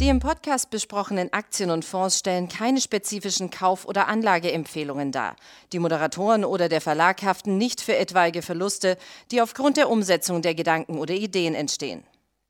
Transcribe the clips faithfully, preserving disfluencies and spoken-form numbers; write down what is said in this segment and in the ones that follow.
Die im Podcast besprochenen Aktien und Fonds stellen keine spezifischen Kauf- oder Anlageempfehlungen dar. Die Moderatoren oder der Verlag haften nicht für etwaige Verluste, die aufgrund der Umsetzung der Gedanken oder Ideen entstehen.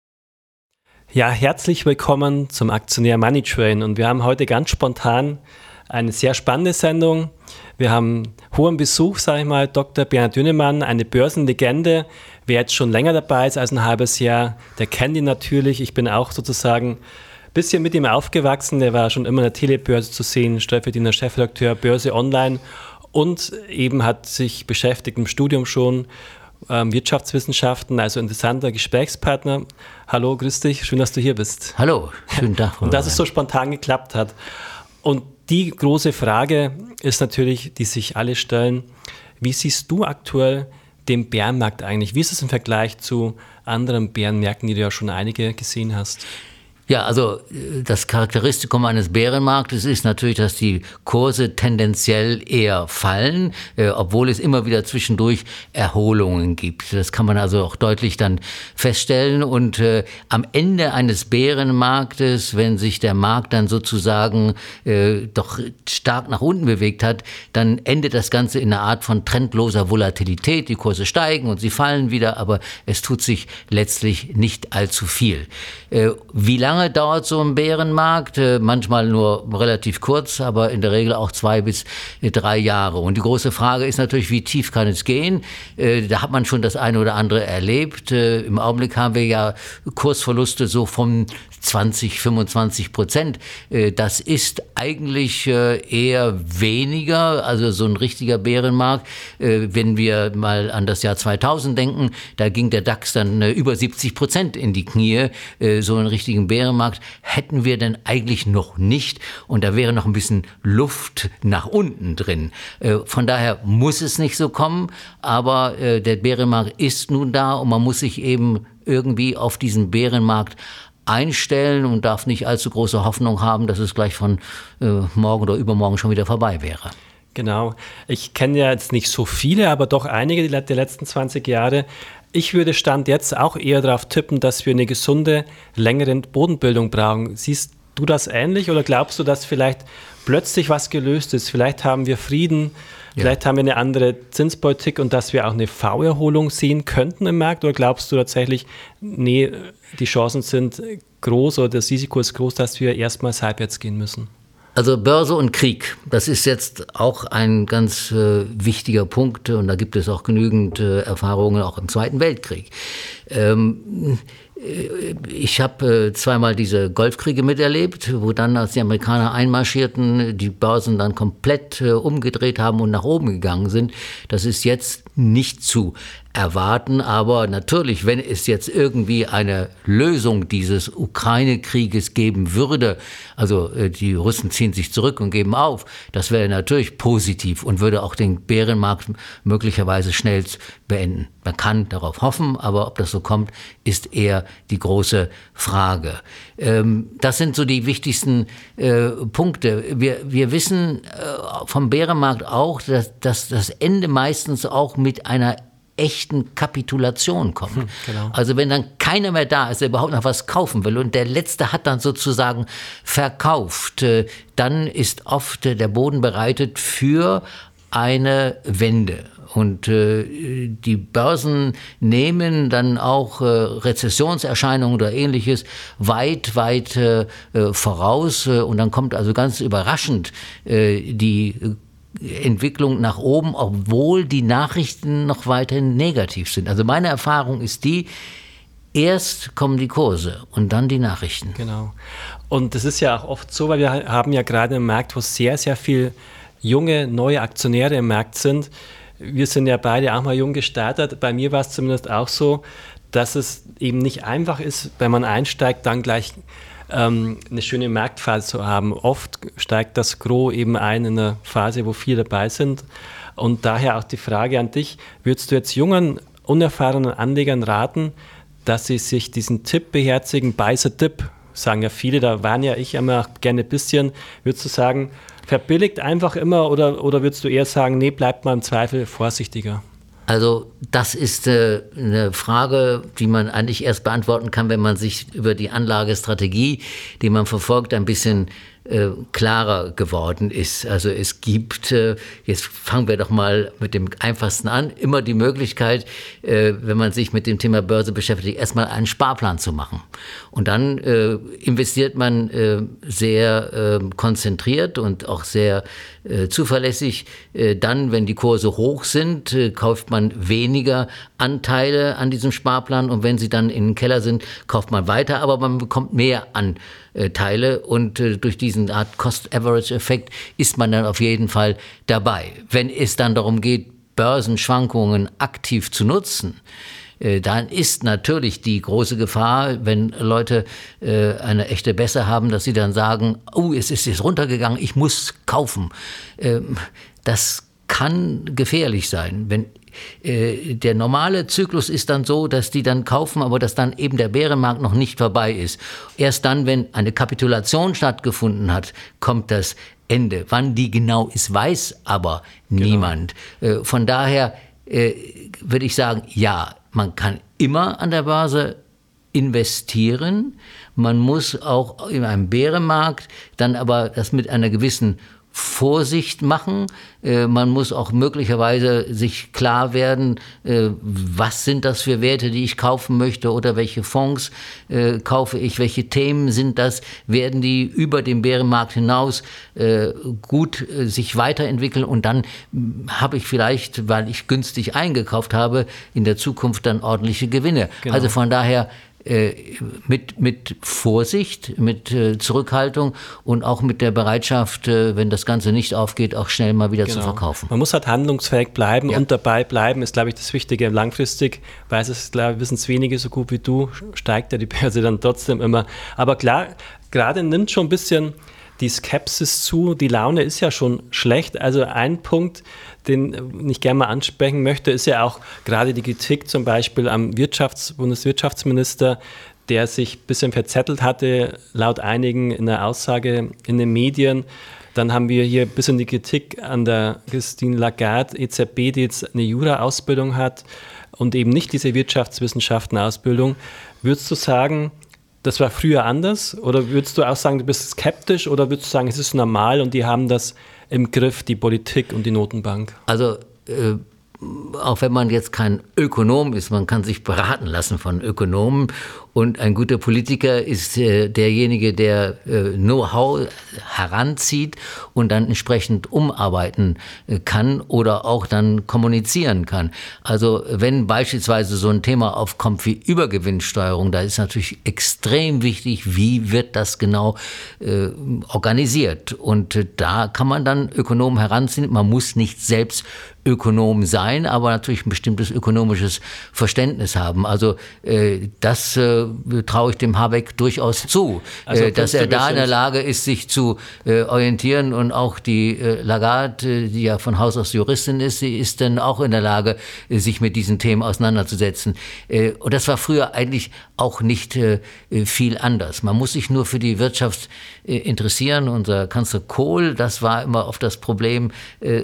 Ja, herzlich willkommen zum Aktionär Money Train und wir haben heute ganz spontan eine sehr spannende Sendung. Wir haben hohen Besuch, sage ich mal, Doktor Bernhard Dünnemann, eine Börsenlegende. Wer jetzt schon länger dabei ist als ein halbes Jahr, der kennt ihn natürlich. Ich bin auch sozusagen ein bisschen mit ihm aufgewachsen. Der war schon immer in der Telebörse zu sehen, stellvertretender Chefredakteur Börse Online und eben hat sich beschäftigt im Studium schon ähm, Wirtschaftswissenschaften, also interessanter Gesprächspartner. Hallo, grüß dich, schön, dass du hier bist. Hallo, schönen Tag. Und dass es so spontan geklappt hat. Und die große Frage ist natürlich, die sich alle stellen, wie siehst du aktuell den Bärenmarkt eigentlich? Wie ist es im Vergleich zu anderen Bärenmärkten, die du ja schon einige gesehen hast? Ja, also das Charakteristikum eines Bärenmarktes ist natürlich, dass die Kurse tendenziell eher fallen, äh, obwohl es immer wieder zwischendurch Erholungen gibt. Das kann man also auch deutlich dann feststellen. Und äh, am Ende eines Bärenmarktes, wenn sich der Markt dann sozusagen äh, doch stark nach unten bewegt hat, dann endet das Ganze in einer Art von trendloser Volatilität. Die Kurse steigen und sie fallen wieder, aber es tut sich letztlich nicht allzu viel. Äh, wie lange Lange dauert so ein Bärenmarkt, manchmal nur relativ kurz, aber in der Regel auch zwei bis drei Jahre. Und die große Frage ist natürlich, wie tief kann es gehen? Da hat man schon das eine oder andere erlebt. Im Augenblick haben wir ja Kursverluste so von zwanzig, fünfundzwanzig Prozent. Das ist eigentlich eher weniger, also so ein richtiger Bärenmarkt. Wenn wir mal an das Jahr zweitausend denken, da ging der DAX dann über siebzig Prozent in die Knie. So einen richtigen Bärenmarkt hätten wir denn eigentlich noch nicht. Und da wäre noch ein bisschen Luft nach unten drin. Von daher muss es nicht so kommen, aber der Bärenmarkt ist nun da und man muss sich eben irgendwie auf diesen Bärenmarkt einstellen und darf nicht allzu große Hoffnung haben, dass es gleich von äh, morgen oder übermorgen schon wieder vorbei wäre. Genau. Ich kenne ja jetzt nicht so viele, aber doch einige der letzten zwanzig Jahre. Ich würde Stand jetzt auch eher darauf tippen, dass wir eine gesunde, längere Bodenbildung brauchen. Siehst du das ähnlich oder glaubst du, dass vielleicht plötzlich was gelöst ist? Vielleicht haben wir Frieden, ja. Vielleicht haben wir eine andere Zinspolitik und dass wir auch eine V-Erholung sehen könnten im Markt? Oder glaubst du tatsächlich, nee, die Chancen sind groß oder das Risiko ist groß, dass wir erstmal seitwärts gehen müssen? Also Börse und Krieg, das ist jetzt auch ein ganz äh, wichtiger Punkt und da gibt es auch genügend äh, Erfahrungen auch im Zweiten Weltkrieg. Ähm, Ich habe äh, zweimal diese Golfkriege miterlebt, wo dann, als die Amerikaner einmarschierten, die Börsen dann komplett äh, umgedreht haben und nach oben gegangen sind. Das ist jetzt nicht zu erwarten, aber natürlich, wenn es jetzt irgendwie eine Lösung dieses Ukraine-Krieges geben würde, also äh, die Russen ziehen sich zurück und geben auf, das wäre natürlich positiv und würde auch den Bärenmarkt möglicherweise schnell beenden. Man kann darauf hoffen, aber ob das so kommt, ist eher die große Frage. Ähm, das sind so die wichtigsten äh, Punkte. Wir, wir wissen äh, vom Bärenmarkt auch, dass, dass das Ende meistens auch mit einer echten Kapitulation kommt. Hm, genau. Also wenn dann keiner mehr da ist, der überhaupt noch was kaufen will und der Letzte hat dann sozusagen verkauft, äh, dann ist oft äh, der Boden bereitet für eine Wende. Und äh, die Börsen nehmen dann auch äh, Rezessionserscheinungen oder Ähnliches weit, weit äh, voraus. Und dann kommt also ganz überraschend äh, die Entwicklung nach oben, obwohl die Nachrichten noch weiterhin negativ sind. Also meine Erfahrung ist die, erst kommen die Kurse und dann die Nachrichten. Genau. Und das ist ja auch oft so, weil wir haben ja gerade einen Markt, wo sehr, sehr viel junge, neue Aktionäre im Markt sind. Wir sind ja beide auch mal jung gestartet. Bei mir war es zumindest auch so, dass es eben nicht einfach ist, wenn man einsteigt, dann gleich ähm, eine schöne Marktphase zu haben. Oft steigt das Gros eben ein in einer Phase, wo viele dabei sind. Und daher auch die Frage an dich, würdest du jetzt jungen, unerfahrenen Anlegern raten, dass sie sich diesen Tipp beherzigen, buy the dip, sagen ja viele, da waren ja ich immer auch gerne ein bisschen, würdest du sagen, verbilligt einfach immer oder, oder würdest du eher sagen, nee, bleibt mal im Zweifel vorsichtiger? Also das ist äh, eine Frage, die man eigentlich erst beantworten kann, wenn man sich über die Anlagestrategie, die man verfolgt, ein bisschen äh, klarer geworden ist. Also es gibt, äh, jetzt fangen wir doch mal mit dem Einfachsten an, immer die Möglichkeit, äh, wenn man sich mit dem Thema Börse beschäftigt, erstmal einen Sparplan zu machen. Und dann äh, investiert man äh, sehr äh, konzentriert und auch sehr äh, zuverlässig. Äh, dann, wenn die Kurse hoch sind, äh, kauft man weniger Anteile an diesem Sparplan und wenn sie dann in den Keller sind, kauft man weiter, aber man bekommt mehr Anteile und äh, durch diesen Art Cost-Average-Effekt ist man dann auf jeden Fall dabei. Wenn es dann darum geht, Börsenschwankungen aktiv zu nutzen, äh, dann ist natürlich die große Gefahr, wenn Leute äh, eine echte Bässe haben, dass sie dann sagen, oh, es ist jetzt runtergegangen, ich muss kaufen. Ähm, das kann gefährlich sein. Wenn äh, der normale Zyklus ist dann so, dass die dann kaufen, aber dass dann eben der Bärenmarkt noch nicht vorbei ist. Erst dann, wenn eine Kapitulation stattgefunden hat, kommt das Ende. Wann die genau ist, weiß aber genau. niemand. Äh, von daher äh, würde ich sagen, ja, man kann immer an der Börse investieren. Man muss auch in einem Bärenmarkt dann aber das mit einer gewissen Vorsicht machen. Äh, man muss auch möglicherweise sich klar werden, äh, was sind das für Werte, die ich kaufen möchte oder welche Fonds äh, kaufe ich, welche Themen sind das, werden die über den Bärenmarkt hinaus äh, gut äh, sich weiterentwickeln und dann habe ich vielleicht, weil ich günstig eingekauft habe, in der Zukunft dann ordentliche Gewinne. Genau. Also von daher Mit, mit Vorsicht, mit äh, Zurückhaltung und auch mit der Bereitschaft, äh, wenn das Ganze nicht aufgeht, auch schnell mal wieder genau. zu verkaufen. Man muss halt handlungsfähig bleiben ja. und dabei bleiben, ist, glaube ich, das Wichtige. Langfristig weiß es, glaube ich, wissen es wenige so gut wie du, steigt ja die Börse dann trotzdem immer. Aber klar, gerade nimmt schon ein bisschen die Skepsis zu, die Laune ist ja schon schlecht. Also ein Punkt, den ich gerne mal ansprechen möchte, ist ja auch gerade die Kritik zum Beispiel am Wirtschafts-, Bundeswirtschaftsminister, der sich ein bisschen verzettelt hatte, laut einigen in der Aussage in den Medien. Dann haben wir hier ein bisschen die Kritik an der Christine Lagarde, E Z B, die jetzt eine Jura-Ausbildung hat und eben nicht diese Wirtschaftswissenschaften-Ausbildung. Würdest du sagen, das war früher anders? Oder würdest du auch sagen, du bist skeptisch? Oder würdest du sagen, es ist normal und die haben das im Griff, die Politik und die Notenbank? Also, äh, auch wenn man jetzt kein Ökonom ist, man kann sich beraten lassen von Ökonomen. Und ein guter Politiker ist äh, derjenige, der äh, Know-how heranzieht und dann entsprechend umarbeiten äh, kann oder auch dann kommunizieren kann. Also wenn beispielsweise so ein Thema aufkommt wie Übergewinnsteuerung, da ist natürlich extrem wichtig, wie wird das genau äh, organisiert. Und äh, da kann man dann Ökonomen heranziehen. Man muss nicht selbst Ökonom sein, aber natürlich ein bestimmtes ökonomisches Verständnis haben. Also äh, das äh, traue ich dem Habeck durchaus zu, also, äh, dass er da in der Lage ist, sich zu äh, orientieren und auch die äh, Lagarde, die ja von Haus aus Juristin ist, sie ist dann auch in der Lage, äh, sich mit diesen Themen auseinanderzusetzen. Äh, und das war früher eigentlich auch nicht äh, viel anders. Man muss sich nur für die Wirtschaft äh, interessieren. Unser Kanzler Kohl, das war immer oft das Problem, äh,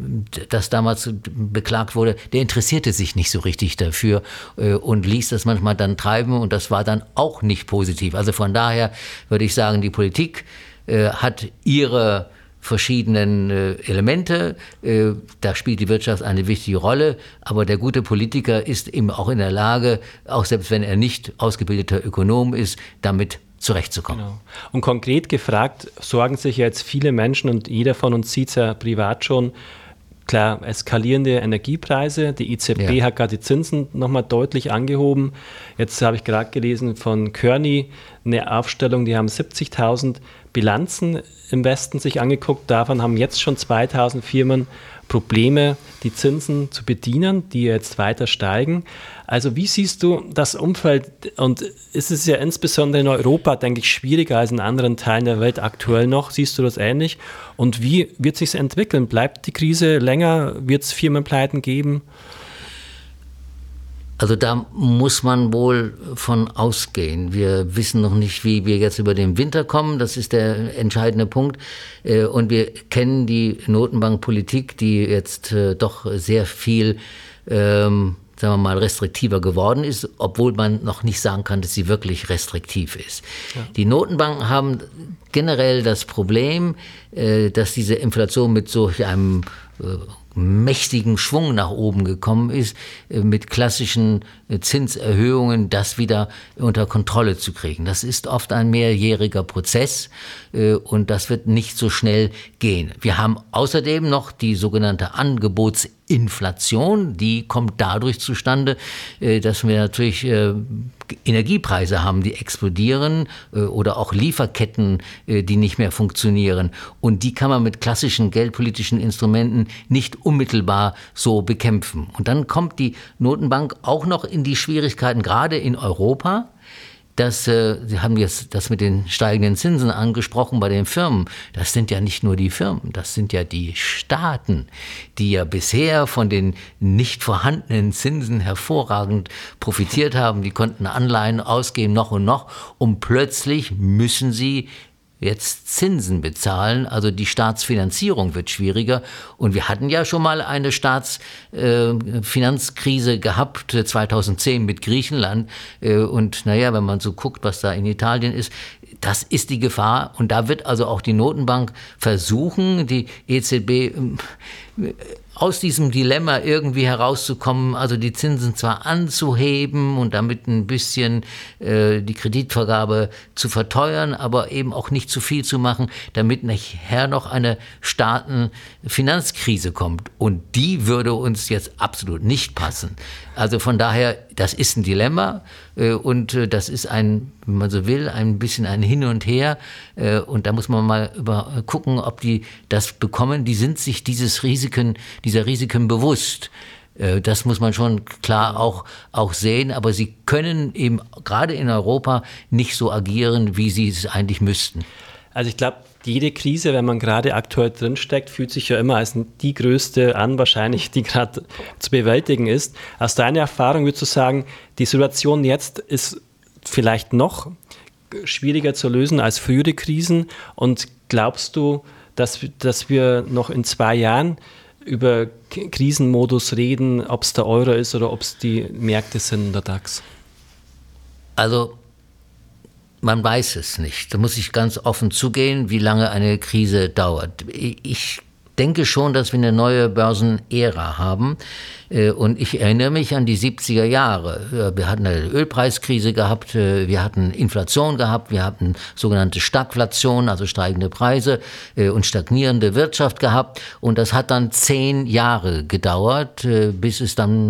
das damals beklagt wurde, der interessierte sich nicht so richtig dafür äh, und ließ das manchmal dann treiben und das war dann auch nicht positiv. Also von daher würde ich sagen, die Politik äh, hat ihre verschiedenen äh, Elemente, äh, da spielt die Wirtschaft eine wichtige Rolle, aber der gute Politiker ist eben auch in der Lage, auch selbst wenn er nicht ausgebildeter Ökonom ist, damit zurechtzukommen. Genau. Und konkret gefragt, sorgen sich jetzt viele Menschen und jeder von uns sieht es ja privat schon, klar, eskalierende Energiepreise. Die E Z B ja. hat gerade die Zinsen nochmal deutlich angehoben. Jetzt habe ich gerade gelesen von Kearney eine Aufstellung, die haben siebzigtausend Bilanzen im Westen sich angeguckt. Davon haben jetzt schon zweitausend Firmen Probleme, die Zinsen zu bedienen, die jetzt weiter steigen. Also wie siehst du das Umfeld? Und ist es ja insbesondere in Europa, denke ich, schwieriger als in anderen Teilen der Welt aktuell noch. Siehst du das ähnlich? Und wie wird es sich entwickeln? Bleibt die Krise länger? Wird es Firmenpleiten geben? Also da muss man wohl von ausgehen. Wir wissen noch nicht, wie wir jetzt über den Winter kommen. Das ist der entscheidende Punkt. Und wir kennen die Notenbankpolitik, die jetzt doch sehr viel, ähm, sagen wir mal, restriktiver geworden ist, obwohl man noch nicht sagen kann, dass sie wirklich restriktiv ist. Ja. Die Notenbanken haben generell das Problem, dass diese Inflation mit solch einem mächtigen Schwung nach oben gekommen ist, mit klassischen Zinserhöhungen das wieder unter Kontrolle zu kriegen. Das ist oft ein mehrjähriger Prozess und das wird nicht so schnell gehen. Wir haben außerdem noch die sogenannte Angebotsinflation, die kommt dadurch zustande, dass wir natürlich Energiepreise haben, die explodieren oder auch Lieferketten, die nicht mehr funktionieren. Und die kann man mit klassischen geldpolitischen Instrumenten nicht unmittelbar so bekämpfen. Und dann kommt die Notenbank auch noch in die Schwierigkeiten, gerade in Europa. Das, äh, Sie haben jetzt das mit den steigenden Zinsen angesprochen bei den Firmen. Das sind ja nicht nur die Firmen, das sind ja die Staaten, die ja bisher von den nicht vorhandenen Zinsen hervorragend profitiert haben. Die konnten Anleihen ausgeben, noch und noch. Und plötzlich müssen sie jetzt Zinsen bezahlen, also die Staatsfinanzierung wird schwieriger. Und wir hatten ja schon mal eine Staatsfinanzkrise äh, gehabt, zweitausendzehn mit Griechenland. Äh, und naja, wenn man so guckt, was da in Italien ist, das ist die Gefahr. Und da wird also auch die Notenbank versuchen, die E Z B äh, aus diesem Dilemma irgendwie herauszukommen, also die Zinsen zwar anzuheben und damit ein bisschen äh, die Kreditvergabe zu verteuern, aber eben auch nicht zu viel zu machen, damit nachher noch eine Staatenfinanzkrise kommt. Und die würde uns jetzt absolut nicht passen. Also von daher, das ist ein Dilemma äh, und äh, das ist ein, wenn man so will, ein bisschen ein Hin und Her. Äh, und da muss man mal über, gucken, ob die das bekommen. Die sind sich dieses Risiken, dieser Risiken bewusst. Äh, das muss man schon klar auch, auch sehen. Aber sie können eben gerade in Europa nicht so agieren, wie sie es eigentlich müssten. Also ich glaube, jede Krise, wenn man gerade aktuell drinsteckt, fühlt sich ja immer als die größte an, wahrscheinlich, die gerade zu bewältigen ist. Aus deiner Erfahrung würdest du sagen, die Situation jetzt ist vielleicht noch schwieriger zu lösen als frühere Krisen? Und glaubst du, dass, dass wir noch in zwei Jahren über Krisenmodus reden, ob es der Euro ist oder ob es die Märkte sind, der DAX? Also man weiß es nicht. Da muss ich ganz offen zugehen, wie lange eine Krise dauert. Ich denke schon, dass wir eine neue Börsenära haben. Und ich erinnere mich an die siebziger Jahre. Wir hatten eine Ölpreiskrise gehabt, wir hatten Inflation gehabt, wir hatten sogenannte Stagflation, also steigende Preise und stagnierende Wirtschaft gehabt. Und das hat dann zehn Jahre gedauert, bis es dann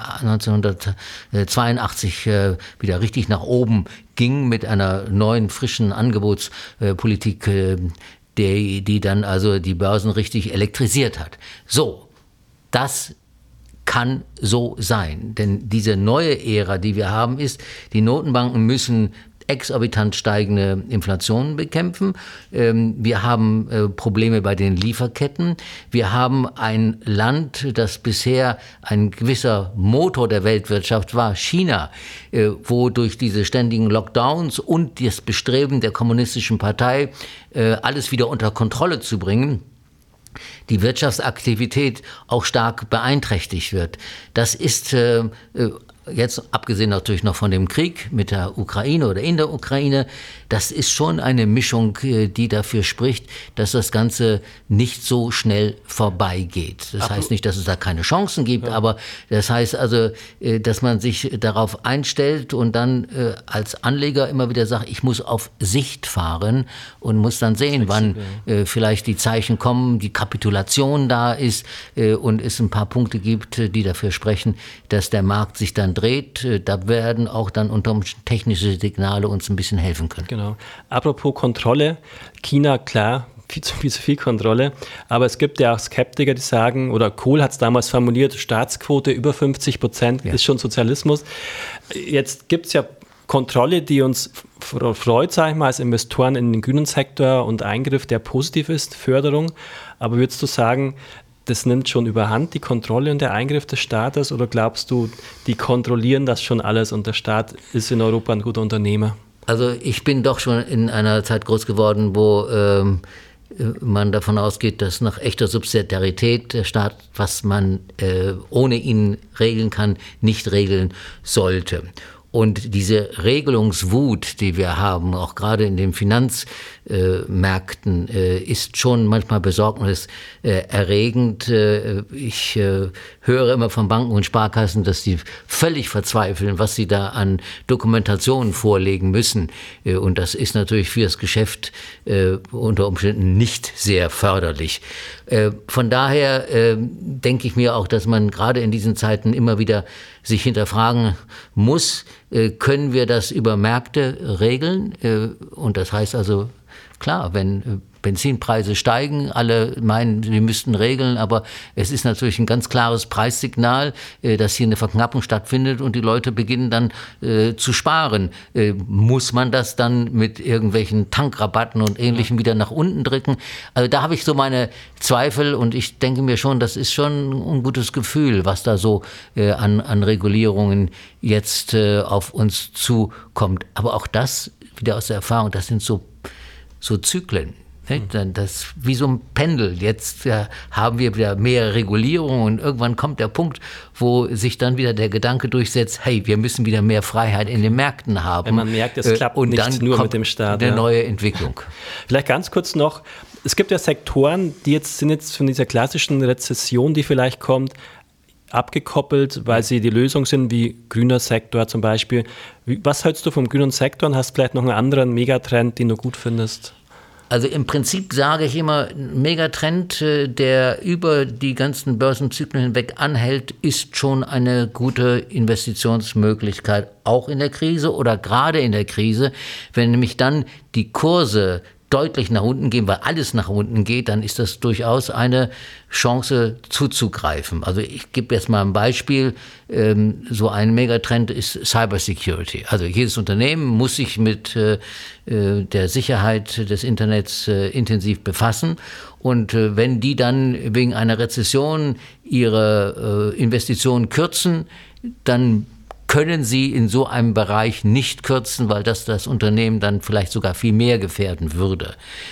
neunzehnhundertzweiundachtzig wieder richtig nach oben ging mit einer neuen, frischen Angebotspolitik, die, die dann also die Börsen richtig elektrisiert hat. So, das kann so sein, denn diese neue Ära, die wir haben, ist, die Notenbanken müssen exorbitant steigende Inflation bekämpfen. Wir haben Probleme bei den Lieferketten. Wir haben ein Land, das bisher ein gewisser Motor der Weltwirtschaft war, China, wo durch diese ständigen Lockdowns und das Bestreben der kommunistischen Partei, alles wieder unter Kontrolle zu bringen, die Wirtschaftsaktivität auch stark beeinträchtigt wird. Das ist äh, jetzt, abgesehen natürlich noch von dem Krieg mit der Ukraine oder in der Ukraine, das ist schon eine Mischung, die dafür spricht, dass das Ganze nicht so schnell vorbeigeht. Das heißt nicht, dass es da keine Chancen gibt, ja. aber das heißt also, dass man sich darauf einstellt und dann als Anleger immer wieder sagt, ich muss auf Sicht fahren und muss dann sehen, wann vielleicht die Zeichen kommen, die Kapitulation da ist und es ein paar Punkte gibt, die dafür sprechen, dass der Markt sich dann dreht. Da werden auch dann unter Umständen technische Signale uns ein bisschen helfen können. Genau. Apropos Kontrolle, China, klar, viel zu viel, zu viel Kontrolle, aber es gibt ja auch Skeptiker, die sagen, oder Kohl hat es damals formuliert, Staatsquote über fünfzig Prozent ja. ist schon Sozialismus. Jetzt gibt es ja Kontrolle, die uns freut, sage ich mal, als Investoren in den grünen Sektor und Eingriff, der positiv ist, Förderung, aber würdest du sagen, das nimmt schon überhand, die Kontrolle und der Eingriff des Staates, oder glaubst du, die kontrollieren das schon alles und der Staat ist in Europa ein guter Unternehmer? Also ich bin doch schon in einer Zeit groß geworden, wo ähm, man davon ausgeht, dass nach echter Subsidiarität der Staat, was man äh, ohne ihn regeln kann, nicht regeln sollte. Und diese Regelungswut, die wir haben, auch gerade in den Finanzmärkten, äh, ist schon manchmal besorgniserregend. Äh, ich äh, höre immer von Banken und Sparkassen, dass sie völlig verzweifeln, was sie da an Dokumentationen vorlegen müssen. Äh, und das ist natürlich für das Geschäft äh, unter Umständen nicht sehr förderlich. Äh, von daher äh, denke ich mir auch, dass man gerade in diesen Zeiten immer wieder sich hinterfragen muss, äh, können wir das über Märkte regeln? Äh, und das heißt also, klar, wenn äh, Benzinpreise steigen, alle meinen, sie müssten regeln, aber es ist natürlich ein ganz klares Preissignal, äh, dass hier eine Verknappung stattfindet und die Leute beginnen dann äh, zu sparen. Äh, muss man das dann mit irgendwelchen Tankrabatten und Ähnlichem wieder nach unten drücken? Also da habe ich so meine Zweifel und ich denke mir schon, das ist schon ein gutes Gefühl, was da so äh, an, an Regulierungen jetzt äh, auf uns zukommt. Aber auch das, wieder aus der Erfahrung, das sind so, so Zyklen. Das wie so ein Pendel. Jetzt ja, haben wir wieder mehr Regulierung und irgendwann kommt der Punkt, wo sich dann wieder der Gedanke durchsetzt, hey, wir müssen wieder mehr Freiheit in den Märkten haben. Wenn man merkt, es klappt und nicht dann nur mit dem Staat. Eine ja. neue Entwicklung. Vielleicht ganz kurz noch, es gibt ja Sektoren, die jetzt sind jetzt von dieser klassischen Rezession, die vielleicht kommt, abgekoppelt, weil sie die Lösung sind, wie grüner Sektor zum Beispiel. Was hältst du vom grünen Sektor und hast vielleicht noch einen anderen Megatrend, den du gut findest? Also im Prinzip sage ich immer, ein Megatrend, der über die ganzen Börsenzyklen hinweg anhält, ist schon eine gute Investitionsmöglichkeit, auch in der Krise oder gerade in der Krise. Wenn nämlich dann die Kurse deutlich nach unten gehen, weil alles nach unten geht, dann ist das durchaus eine Chance zuzugreifen. Also ich gebe jetzt mal ein Beispiel. Ähm, so ein Megatrend ist Cybersecurity. Also jedes Unternehmen muss sich mit äh, der Sicherheit des Internets äh, intensiv befassen. Und äh, wenn die dann wegen einer Rezession ihre äh, Investitionen kürzen, dann können sie in so einem Bereich nicht kürzen, weil das das Unternehmen dann vielleicht sogar viel mehr gefährden würde.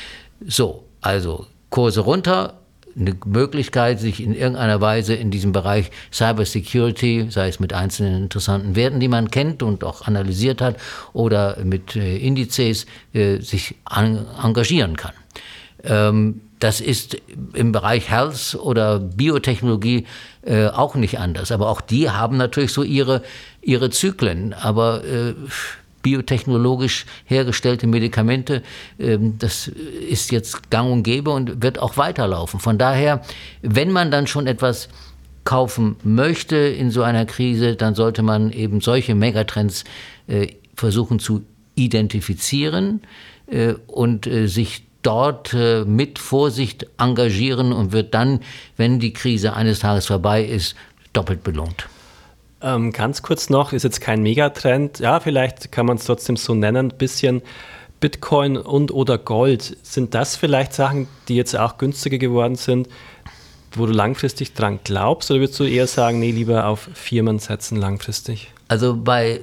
So, also Kurse runter, eine Möglichkeit, sich in irgendeiner Weise in diesem Bereich Cybersecurity, sei es mit einzelnen interessanten Werten, die man kennt und auch analysiert hat, oder mit äh, Indizes, äh, sich an, engagieren kann. Ähm, Das ist im Bereich Health oder Biotechnologie äh, auch nicht anders. Aber auch die haben natürlich so ihre, ihre Zyklen. Aber äh, biotechnologisch hergestellte Medikamente, äh, das ist jetzt gang und gäbe und wird auch weiterlaufen. Von daher, wenn man dann schon etwas kaufen möchte in so einer Krise, dann sollte man eben solche Megatrends äh, versuchen zu identifizieren äh, und äh, sich dort äh, mit Vorsicht engagieren und wird dann, wenn die Krise eines Tages vorbei ist, doppelt belohnt. Ähm, ganz kurz noch, ist jetzt kein Megatrend, ja, vielleicht kann man es trotzdem so nennen, ein bisschen Bitcoin und oder Gold. Sind das vielleicht Sachen, die jetzt auch günstiger geworden sind, wo du langfristig dran glaubst, oder würdest du eher sagen, nee, lieber auf Firmen setzen langfristig? Also bei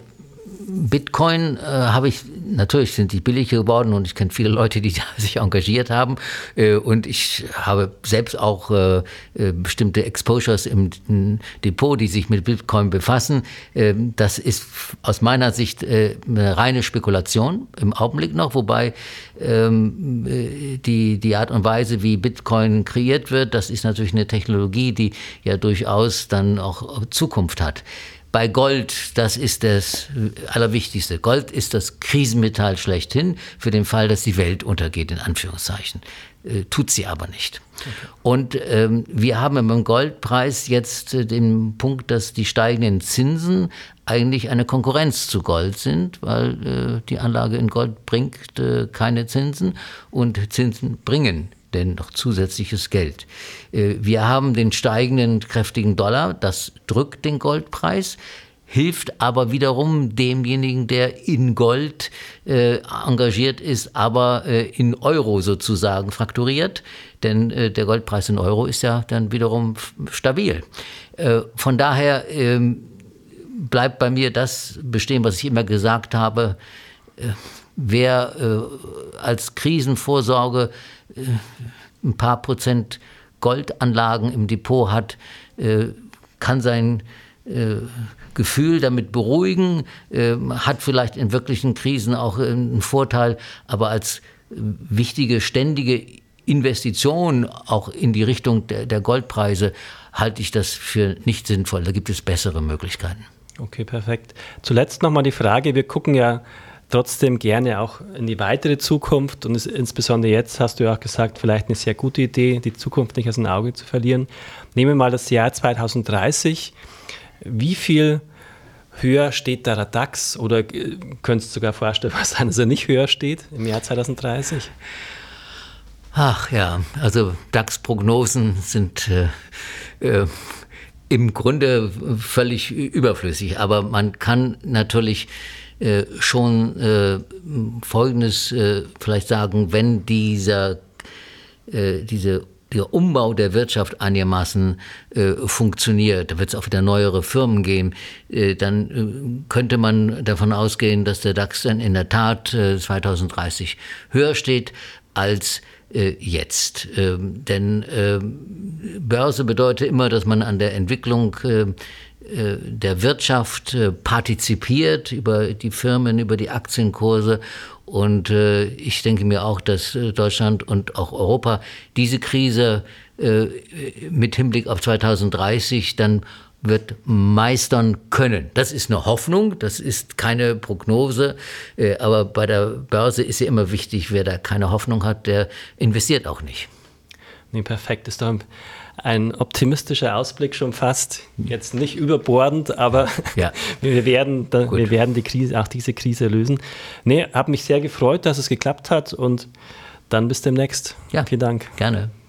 Bitcoin äh, habe ich, natürlich sind die billiger geworden und ich kenne viele Leute, die sich engagiert haben äh, und ich habe selbst auch äh, bestimmte Exposures im, im Depot, die sich mit Bitcoin befassen. Äh, das ist aus meiner Sicht äh, eine reine Spekulation im Augenblick noch, wobei ähm, die, die Art und Weise, wie Bitcoin kreiert wird, das ist natürlich eine Technologie, die ja durchaus dann auch Zukunft hat. Bei Gold, das ist das Allerwichtigste. Gold ist das Krisenmetall schlechthin für den Fall, dass die Welt untergeht, in Anführungszeichen. Äh, tut sie aber nicht. Okay. Und ähm, wir haben beim Goldpreis jetzt äh, den Punkt, dass die steigenden Zinsen eigentlich eine Konkurrenz zu Gold sind, weil äh, die Anlage in Gold bringt äh, keine Zinsen und Zinsen bringen denn noch zusätzliches Geld. Wir haben den steigenden, kräftigen Dollar, das drückt den Goldpreis. hilft aber wiederum demjenigen, der in Gold äh, engagiert ist, aber äh, in Euro sozusagen frakturiert. Denn äh, der Goldpreis in Euro ist ja dann wiederum f- stabil. Äh, von daher äh, bleibt bei mir das bestehen, was ich immer gesagt habe. Äh, wer äh, als Krisenvorsorge äh, ein paar Prozent Goldanlagen im Depot hat, äh, kann sein äh, Gefühl damit beruhigen, äh, hat vielleicht in wirklichen Krisen auch äh, einen Vorteil, aber als äh, wichtige, ständige Investition auch in die Richtung der, der Goldpreise halte ich das für nicht sinnvoll. Da gibt es bessere Möglichkeiten. Okay, perfekt. Zuletzt nochmal die Frage, wir gucken ja trotzdem gerne auch in die weitere Zukunft und es, insbesondere jetzt hast du ja auch gesagt, vielleicht eine sehr gute Idee, die Zukunft nicht aus dem Auge zu verlieren. Nehmen wir mal das Jahr zwanzig dreißig. Wie viel höher steht der DAX oder könntest du sogar vorstellen, was sein, dass er nicht höher steht im Jahr zwanzig dreißig? Ach ja, also DAX-Prognosen sind äh, äh, im Grunde völlig überflüssig, aber man kann natürlich äh, schon äh, Folgendes äh, vielleicht sagen, wenn dieser, äh, diese der Umbau der Wirtschaft einigermaßen äh, funktioniert, da wird es auch wieder neuere Firmen geben, äh, dann äh, könnte man davon ausgehen, dass der DAX dann in der Tat äh, zwanzig dreißig höher steht als äh, jetzt. Ähm, denn äh, Börse bedeutet immer, dass man an der Entwicklung äh, der Wirtschaft äh, partizipiert, über die Firmen, über die Aktienkurse. Und äh, ich denke mir auch, dass äh, Deutschland und auch Europa diese Krise äh, mit Hinblick auf zwanzig dreißig dann wird meistern können. Das ist eine Hoffnung, das ist keine Prognose, äh, aber bei der Börse ist ja immer wichtig, wer da keine Hoffnung hat, der investiert auch nicht. Nee, perfekt. Ist doch ein optimistischer Ausblick schon fast. Jetzt nicht überbordend, aber ja. wir werden, da, wir werden die Krise, auch diese Krise lösen. Nee, habe mich sehr gefreut, dass es geklappt hat und dann bis demnächst. Ja, vielen Dank. Gerne.